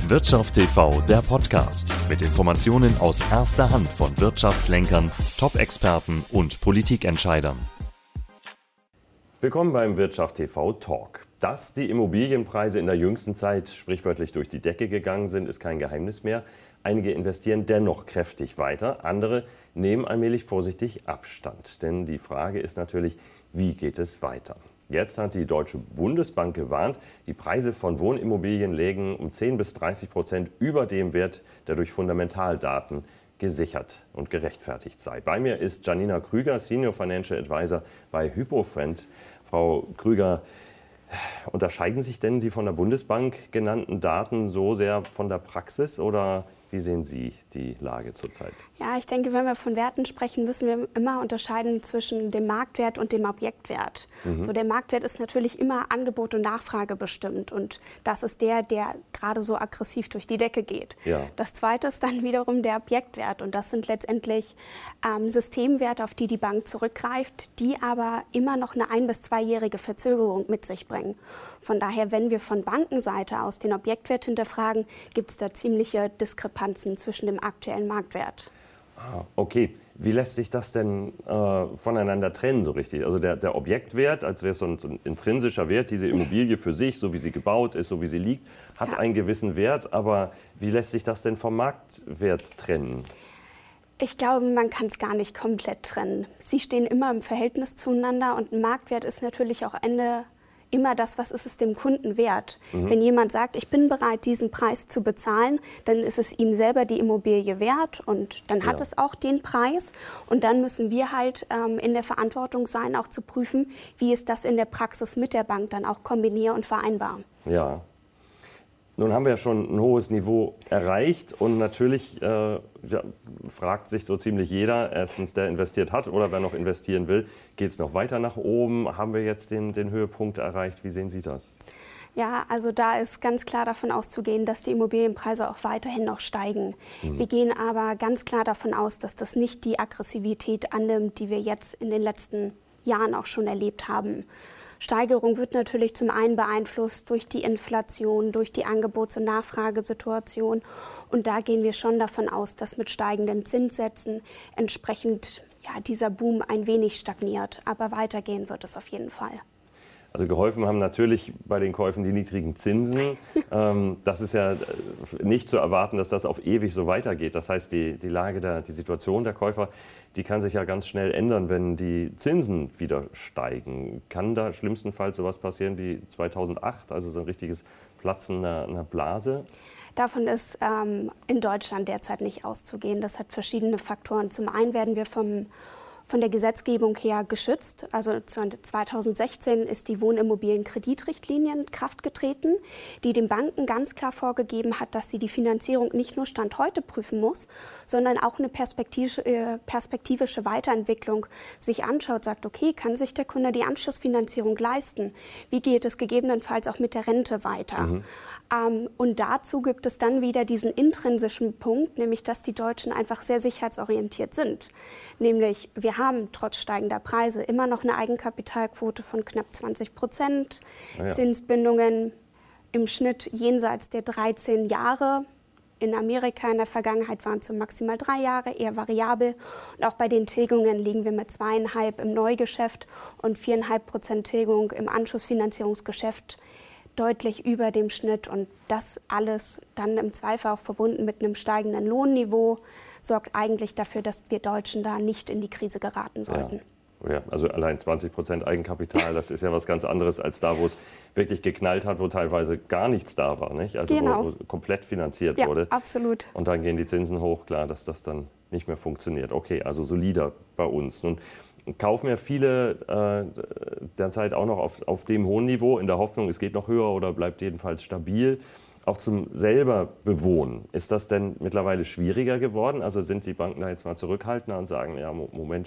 Wirtschaft TV, der Podcast mit Informationen aus erster Hand von Wirtschaftslenkern, Top-Experten und Politikentscheidern. Willkommen beim Wirtschaft TV Talk. Dass die Immobilienpreise in der jüngsten Zeit sprichwörtlich durch die Decke gegangen sind, ist kein Geheimnis mehr. Einige investieren dennoch kräftig weiter, andere nehmen allmählich vorsichtig Abstand. Denn die Frage ist natürlich, wie geht es weiter? Jetzt hat die Deutsche Bundesbank gewarnt, die Preise von Wohnimmobilien lägen um 10 bis 30% über dem Wert, der durch Fundamentaldaten gesichert und gerechtfertigt sei. Bei mir ist Janina Krüger, Senior Financial Advisor bei Hypofriend. Frau Krüger, unterscheiden sich denn die von der Bundesbank genannten Daten so sehr von der Praxis oder wie sehen Sie die Lage zurzeit? Ja, ich denke, wenn wir von Werten sprechen, müssen wir immer unterscheiden zwischen dem Marktwert und dem Objektwert. So, der Marktwert ist natürlich immer Angebot und Nachfrage bestimmt und das ist der gerade so aggressiv durch die Decke geht. Ja. Das zweite ist dann wiederum der Objektwert und das sind letztendlich Systemwerte, auf die die Bank zurückgreift, die aber immer noch eine 1- bis 2-jährige Verzögerung mit sich bringen. Von daher, wenn wir von Bankenseite aus den Objektwert hinterfragen, gibt es da ziemliche Diskrepanzen zwischen dem aktuellen Marktwert. Okay, wie lässt sich das denn voneinander trennen so richtig? Also der Objektwert, als wäre es so ein intrinsischer Wert, diese Immobilie für sich, so wie sie gebaut ist, so wie sie liegt, hat einen gewissen Wert, aber wie lässt sich das denn vom Marktwert trennen? Ich glaube, man kann es gar nicht komplett trennen. Sie stehen immer im Verhältnis zueinander und ein Marktwert ist natürlich auch immer das, was ist es dem Kunden wert. Wenn jemand sagt, ich bin bereit, diesen Preis zu bezahlen, dann ist es ihm selber die Immobilie wert und dann hat es auch den Preis. Und dann müssen wir halt in der Verantwortung sein, auch zu prüfen, wie ist das in der Praxis mit der Bank dann auch kombinier- und vereinbar. Ja. Nun haben wir ja schon ein hohes Niveau erreicht und natürlich fragt sich so ziemlich jeder, erstens der investiert hat oder wer noch investieren will, geht es noch weiter nach oben? Haben wir jetzt den Höhepunkt erreicht? Wie sehen Sie das? Ja, also da ist ganz klar davon auszugehen, dass die Immobilienpreise auch weiterhin noch steigen. Wir gehen aber ganz klar davon aus, dass das nicht die Aggressivität annimmt, die wir jetzt in den letzten Jahren auch schon erlebt haben. Steigerung wird natürlich zum einen beeinflusst durch die Inflation, durch die Angebots- und Nachfragesituation. Und da gehen wir schon davon aus, dass mit steigenden Zinssätzen entsprechend dieser Boom ein wenig stagniert. Aber weitergehen wird es auf jeden Fall. Also geholfen haben natürlich bei den Käufen die niedrigen Zinsen. Das ist ja nicht zu erwarten, dass das auf ewig so weitergeht. Das heißt, die Situation der Käufer, die kann sich ja ganz schnell ändern, wenn die Zinsen wieder steigen. Kann da schlimmstenfalls sowas passieren wie 2008, also so ein richtiges Platzen einer Blase? Davon ist in Deutschland derzeit nicht auszugehen. Das hat verschiedene Faktoren. Zum einen werden wir von der Gesetzgebung her geschützt. Also 2016 ist die Wohnimmobilienkreditrichtlinie in Kraft getreten, die den Banken ganz klar vorgegeben hat, dass sie die Finanzierung nicht nur Stand heute prüfen muss, sondern auch eine perspektivische Weiterentwicklung sich anschaut, sagt, okay, kann sich der Kunde die Anschlussfinanzierung leisten? Wie geht es gegebenenfalls auch mit der Rente weiter? Und dazu gibt es dann wieder diesen intrinsischen Punkt, nämlich dass die Deutschen einfach sehr sicherheitsorientiert sind. Nämlich wir haben trotz steigender Preise immer noch eine Eigenkapitalquote von knapp 20%, Zinsbindungen im Schnitt jenseits der 13 Jahre. In Amerika in der Vergangenheit waren es so maximal 3 Jahre, eher variabel. Und auch bei den Tilgungen liegen wir mit 2,5 im Neugeschäft und 4,5% Tilgung im Anschlussfinanzierungsgeschäft deutlich über dem Schnitt. Und das alles dann im Zweifel auch verbunden mit einem steigenden Lohnniveau sorgt eigentlich dafür, dass wir Deutschen da nicht in die Krise geraten sollten. Ja, also allein 20% Eigenkapital, das ist ja was ganz anderes als da, wo es wirklich geknallt hat, wo teilweise gar nichts da war, nicht? Also wo komplett finanziert wurde. Ja, absolut. Und dann gehen die Zinsen hoch, klar, dass das dann nicht mehr funktioniert. Okay, also solider bei uns. Nun kaufen ja viele derzeit auch noch auf dem hohen Niveau, in der Hoffnung, es geht noch höher oder bleibt jedenfalls stabil. Auch zum selber bewohnen, ist das denn mittlerweile schwieriger geworden? Also sind die Banken da jetzt mal zurückhaltender und sagen, ja, Moment,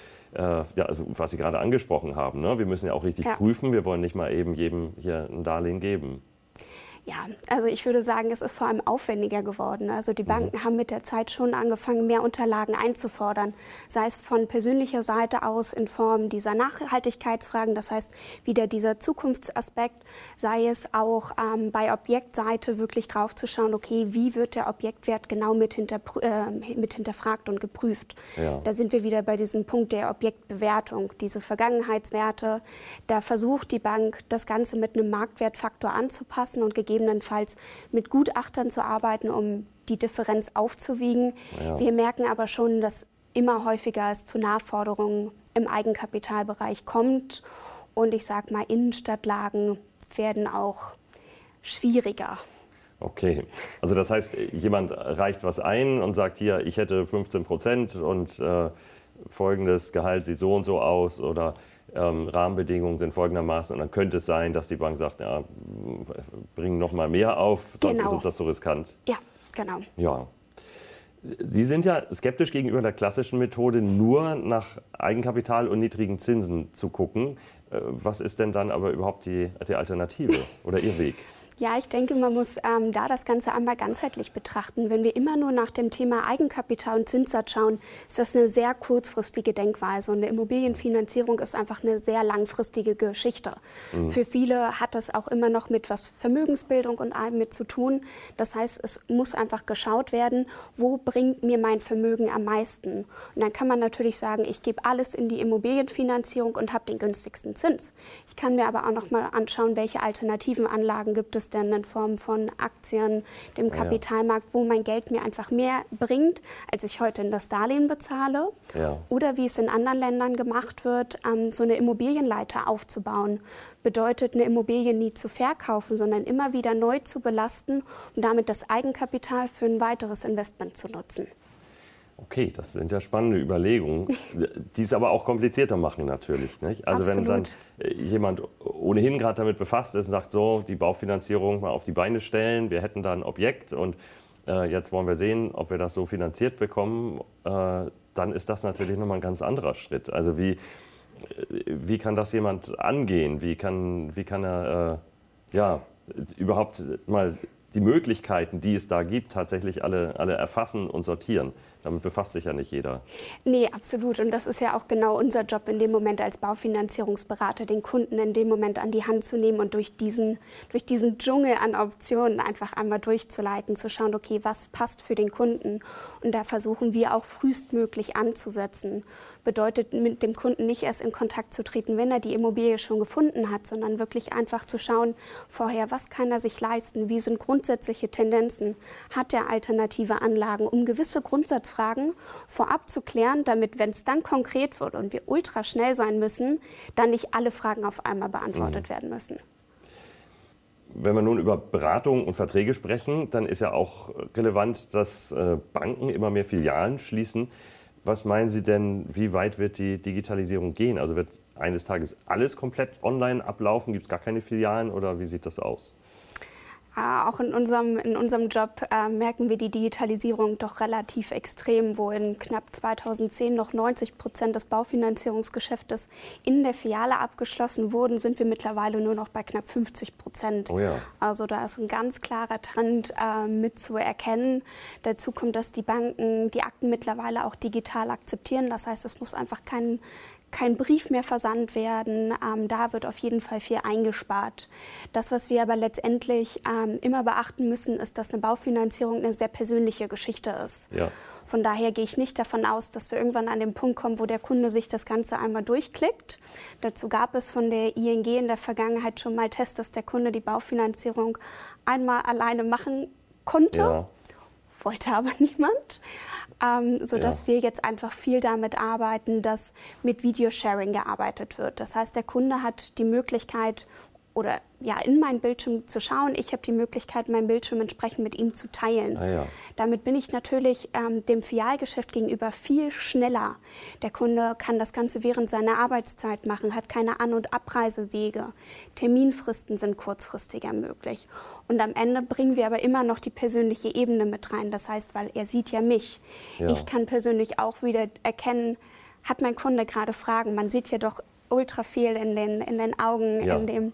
also was Sie gerade angesprochen haben, ne? Wir müssen ja auch richtig prüfen, wir wollen nicht mal eben jedem hier ein Darlehen geben. Ja, also ich würde sagen, es ist vor allem aufwendiger geworden. Also die Banken haben mit der Zeit schon angefangen, mehr Unterlagen einzufordern, sei es von persönlicher Seite aus in Form dieser Nachhaltigkeitsfragen, das heißt wieder dieser Zukunftsaspekt, sei es auch bei Objektseite wirklich drauf zu schauen, okay, wie wird der Objektwert genau mit hinterfragt und geprüft. Ja. Da sind wir wieder bei diesem Punkt der Objektbewertung, diese Vergangenheitswerte. Da versucht die Bank, das Ganze mit einem Marktwertfaktor anzupassen und gegebenenfalls mit Gutachtern zu arbeiten, um die Differenz aufzuwiegen. Ja. Wir merken aber schon, dass immer häufiger es zu Nachforderungen im Eigenkapitalbereich kommt. Und ich sage mal, Innenstadtlagen werden auch schwieriger. Okay, also das heißt, jemand reicht was ein und sagt, hier, ich hätte 15% und folgendes Gehalt sieht so und so aus oder Rahmenbedingungen sind folgendermaßen. Und dann könnte es sein, dass die Bank sagt, ja, bringen noch mal mehr auf, sonst ist uns das so riskant. Ja, genau. Ja. Sie sind ja skeptisch gegenüber der klassischen Methode, nur nach Eigenkapital und niedrigen Zinsen zu gucken. Was ist denn dann aber überhaupt die Alternative oder Ihr Weg? Ja, ich denke, man muss da das Ganze einmal ganzheitlich betrachten. Wenn wir immer nur nach dem Thema Eigenkapital und Zinssatz schauen, ist das eine sehr kurzfristige Denkweise. Und eine Immobilienfinanzierung ist einfach eine sehr langfristige Geschichte. Für viele hat das auch immer noch mit was Vermögensbildung und allem mit zu tun. Das heißt, es muss einfach geschaut werden, wo bringt mir mein Vermögen am meisten. Und dann kann man natürlich sagen, ich gebe alles in die Immobilienfinanzierung und habe den günstigsten Zins. Ich kann mir aber auch noch mal anschauen, welche alternativen Anlagen gibt es denn in Form von Aktien, dem Kapitalmarkt, wo mein Geld mir einfach mehr bringt, als ich heute in das Darlehen bezahle. Ja. Oder wie es in anderen Ländern gemacht wird, so eine Immobilienleiter aufzubauen. Bedeutet, eine Immobilie nie zu verkaufen, sondern immer wieder neu zu belasten und damit das Eigenkapital für ein weiteres Investment zu nutzen. Okay, das sind ja spannende Überlegungen, die es aber auch komplizierter machen natürlich. Nicht? Also Absolut. Wenn dann jemand ohnehin gerade damit befasst ist und sagt, so, die Baufinanzierung mal auf die Beine stellen, wir hätten da ein Objekt und jetzt wollen wir sehen, ob wir das so finanziert bekommen, dann ist das natürlich nochmal ein ganz anderer Schritt. Also wie kann das jemand angehen? Wie kann er überhaupt mal die Möglichkeiten, die es da gibt, tatsächlich alle erfassen und sortieren? Damit befasst sich ja nicht jeder. Nee, absolut. Und das ist ja auch genau unser Job in dem Moment als Baufinanzierungsberater, den Kunden in dem Moment an die Hand zu nehmen und durch diesen Dschungel an Optionen einfach einmal durchzuleiten, zu schauen, okay, was passt für den Kunden. Und da versuchen wir auch frühestmöglich anzusetzen. Bedeutet, mit dem Kunden nicht erst in Kontakt zu treten, wenn er die Immobilie schon gefunden hat, sondern wirklich einfach zu schauen, vorher, was kann er sich leisten, wie sind grundsätzliche Tendenzen, hat er alternative Anlagen, um gewisse Grundsatzfragen vorab zu klären, damit, wenn es dann konkret wird und wir ultra schnell sein müssen, dann nicht alle Fragen auf einmal beantwortet werden müssen. Wenn wir nun über Beratung und Verträge sprechen, dann ist ja auch relevant, dass Banken immer mehr Filialen schließen. Was meinen Sie denn, wie weit wird die Digitalisierung gehen? Also wird eines Tages alles komplett online ablaufen? Gibt es gar keine Filialen oder wie sieht das aus? Auch in unserem Job merken wir die Digitalisierung doch relativ extrem, wo in knapp 2010 noch 90% des Baufinanzierungsgeschäftes in der Filiale abgeschlossen wurden, sind wir mittlerweile nur noch bei knapp 50%. Oh ja. Also da ist ein ganz klarer Trend mit zu erkennen. Dazu kommt, dass die Banken die Akten mittlerweile auch digital akzeptieren. Das heißt, es muss einfach kein Brief mehr versandt werden. Da wird auf jeden Fall viel eingespart. Das, was wir aber letztendlich immer beachten müssen, ist, dass eine Baufinanzierung eine sehr persönliche Geschichte ist. Ja. Von daher gehe ich nicht davon aus, dass wir irgendwann an den Punkt kommen, wo der Kunde sich das Ganze einmal durchklickt. Dazu gab es von der ING in der Vergangenheit schon mal Tests, dass der Kunde die Baufinanzierung einmal alleine machen konnte. Ja. Wollte aber niemand. Sodass wir jetzt einfach viel damit arbeiten, dass mit Videosharing gearbeitet wird. Das heißt, der Kunde hat die Möglichkeit, oder ja, in meinen Bildschirm zu schauen. Ich habe die Möglichkeit, meinen Bildschirm entsprechend mit ihm zu teilen. Ja. Damit bin ich natürlich dem Filialgeschäft gegenüber viel schneller. Der Kunde kann das Ganze während seiner Arbeitszeit machen, hat keine An- und Abreisewege. Terminfristen sind kurzfristiger möglich. Und am Ende bringen wir aber immer noch die persönliche Ebene mit rein. Das heißt, weil er sieht ja mich. Ja. Ich kann persönlich auch wieder erkennen, hat mein Kunde gerade Fragen. Man sieht ja doch ultra viel in den Augen, ja.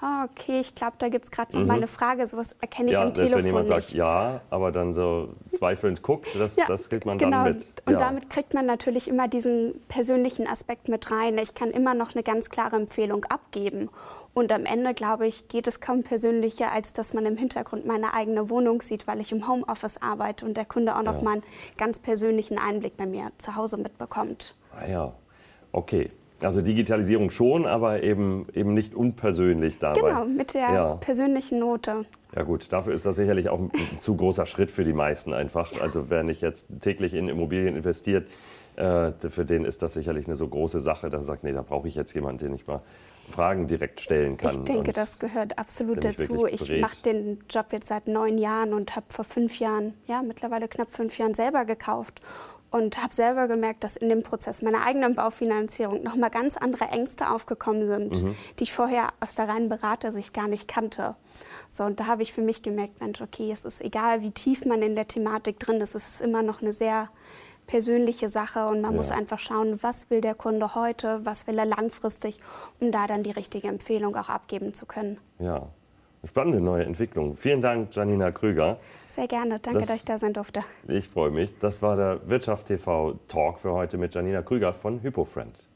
Okay, ich glaube, da gibt es gerade noch mal eine Frage. Sowas erkenne ich am dass Telefon wenn jemand nicht. sagt ja, aber dann so zweifelnd guckt, das kriegt man genau. dann mit. Und damit kriegt man natürlich immer diesen persönlichen Aspekt mit rein. Ich kann immer noch eine ganz klare Empfehlung abgeben. Und am Ende, glaube ich, geht es kaum persönlicher, als dass man im Hintergrund meine eigene Wohnung sieht, weil ich im Homeoffice arbeite und der Kunde auch noch mal einen ganz persönlichen Einblick bei mir zu Hause mitbekommt. Ah ja, okay. Also Digitalisierung schon, aber eben nicht unpersönlich dabei. Genau, mit der persönlichen Note. Ja gut, dafür ist das sicherlich auch ein zu großer Schritt für die meisten einfach. Ja. Also wer nicht jetzt täglich in Immobilien investiert, für den ist das sicherlich eine so große Sache, dass er sagt, nee, da brauche ich jetzt jemanden, den ich mal Fragen direkt stellen kann. Ich denke, das gehört absolut dazu. Ich mache den Job jetzt seit 9 Jahren und habe vor 5 Jahren, mittlerweile knapp 5 Jahren selber gekauft. Und habe selber gemerkt, dass in dem Prozess meiner eigenen Baufinanzierung nochmal ganz andere Ängste aufgekommen sind, die ich vorher aus der reinen Beratersicht gar nicht kannte. So, und da habe ich für mich gemerkt, Mensch, okay, es ist egal, wie tief man in der Thematik drin ist, es ist immer noch eine sehr persönliche Sache und man muss einfach schauen, was will der Kunde heute, was will er langfristig, um da dann die richtige Empfehlung auch abgeben zu können. Ja. Spannende neue Entwicklung. Vielen Dank, Janina Krüger. Sehr gerne. Danke, dass ich da sein durfte. Ich freue mich. Das war der Wirtschaft TV Talk für heute mit Janina Krüger von Hypofriend.